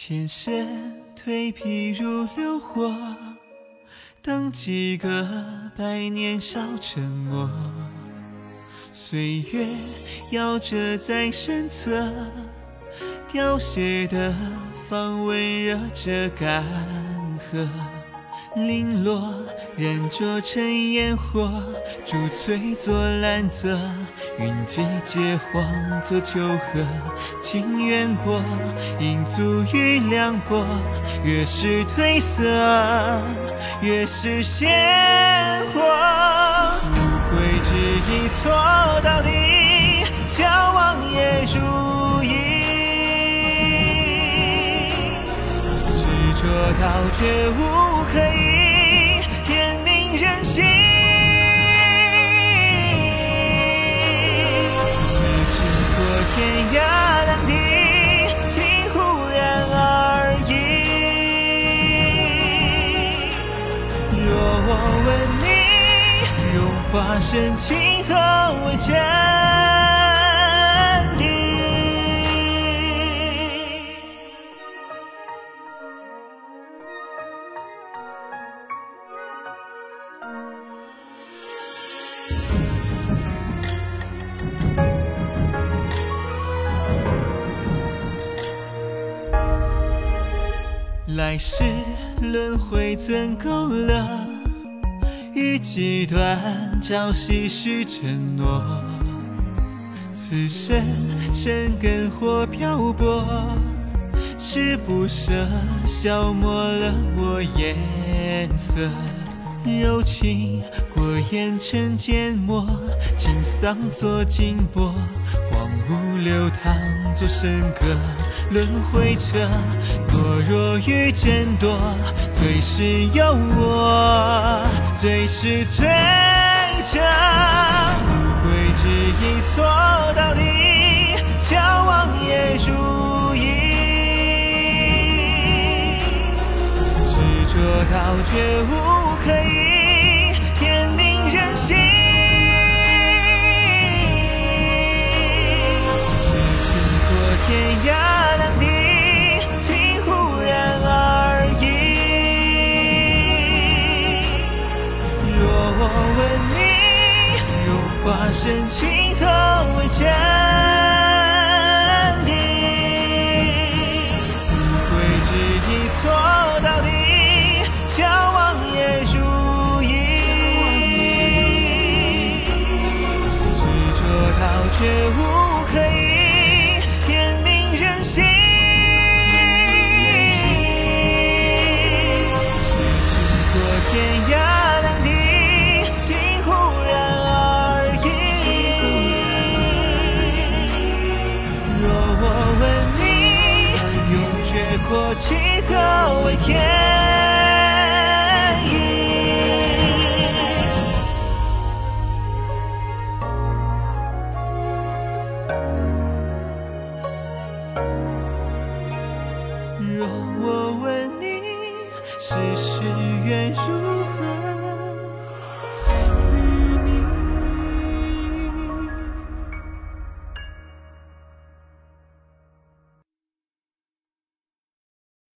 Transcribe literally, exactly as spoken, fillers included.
前身蜕皮如流火，等几个百年少沉默。岁月摇着在身侧，凋谢的芳温热着干涸，零落燃灼成烟火，烛翠作蓝泽，云际结黄作秋荷。情缘薄，应足于凉薄，越是褪色，越是鲜活。无悔之意错到底，笑望也如意。执着到绝无可依，天命任性。咫尺过天涯两地，情忽然而已。若我问你，融化深情何为真谛？来世轮回怎够了？欲几段朝夕须承诺。此生生根或漂泊，是不舍消磨了我颜色。柔情过眼成缄默，情桑作金波，荒芜流淌作笙歌。轮回着，懦弱与争夺，最是有我，最是醉着。无悔之意错到底，笑望也如意。执着到绝无可依，天命任性。咫尺过天涯两地，情忽然而已。若我问你，融化深情何为真谛？自悔之意错到底，笑望也如意。执着到绝无可依，天命任性。咫尺过天涯两地，情忽然而已。若我问你，永绝过期何为天意？若我问你，世事缘如何？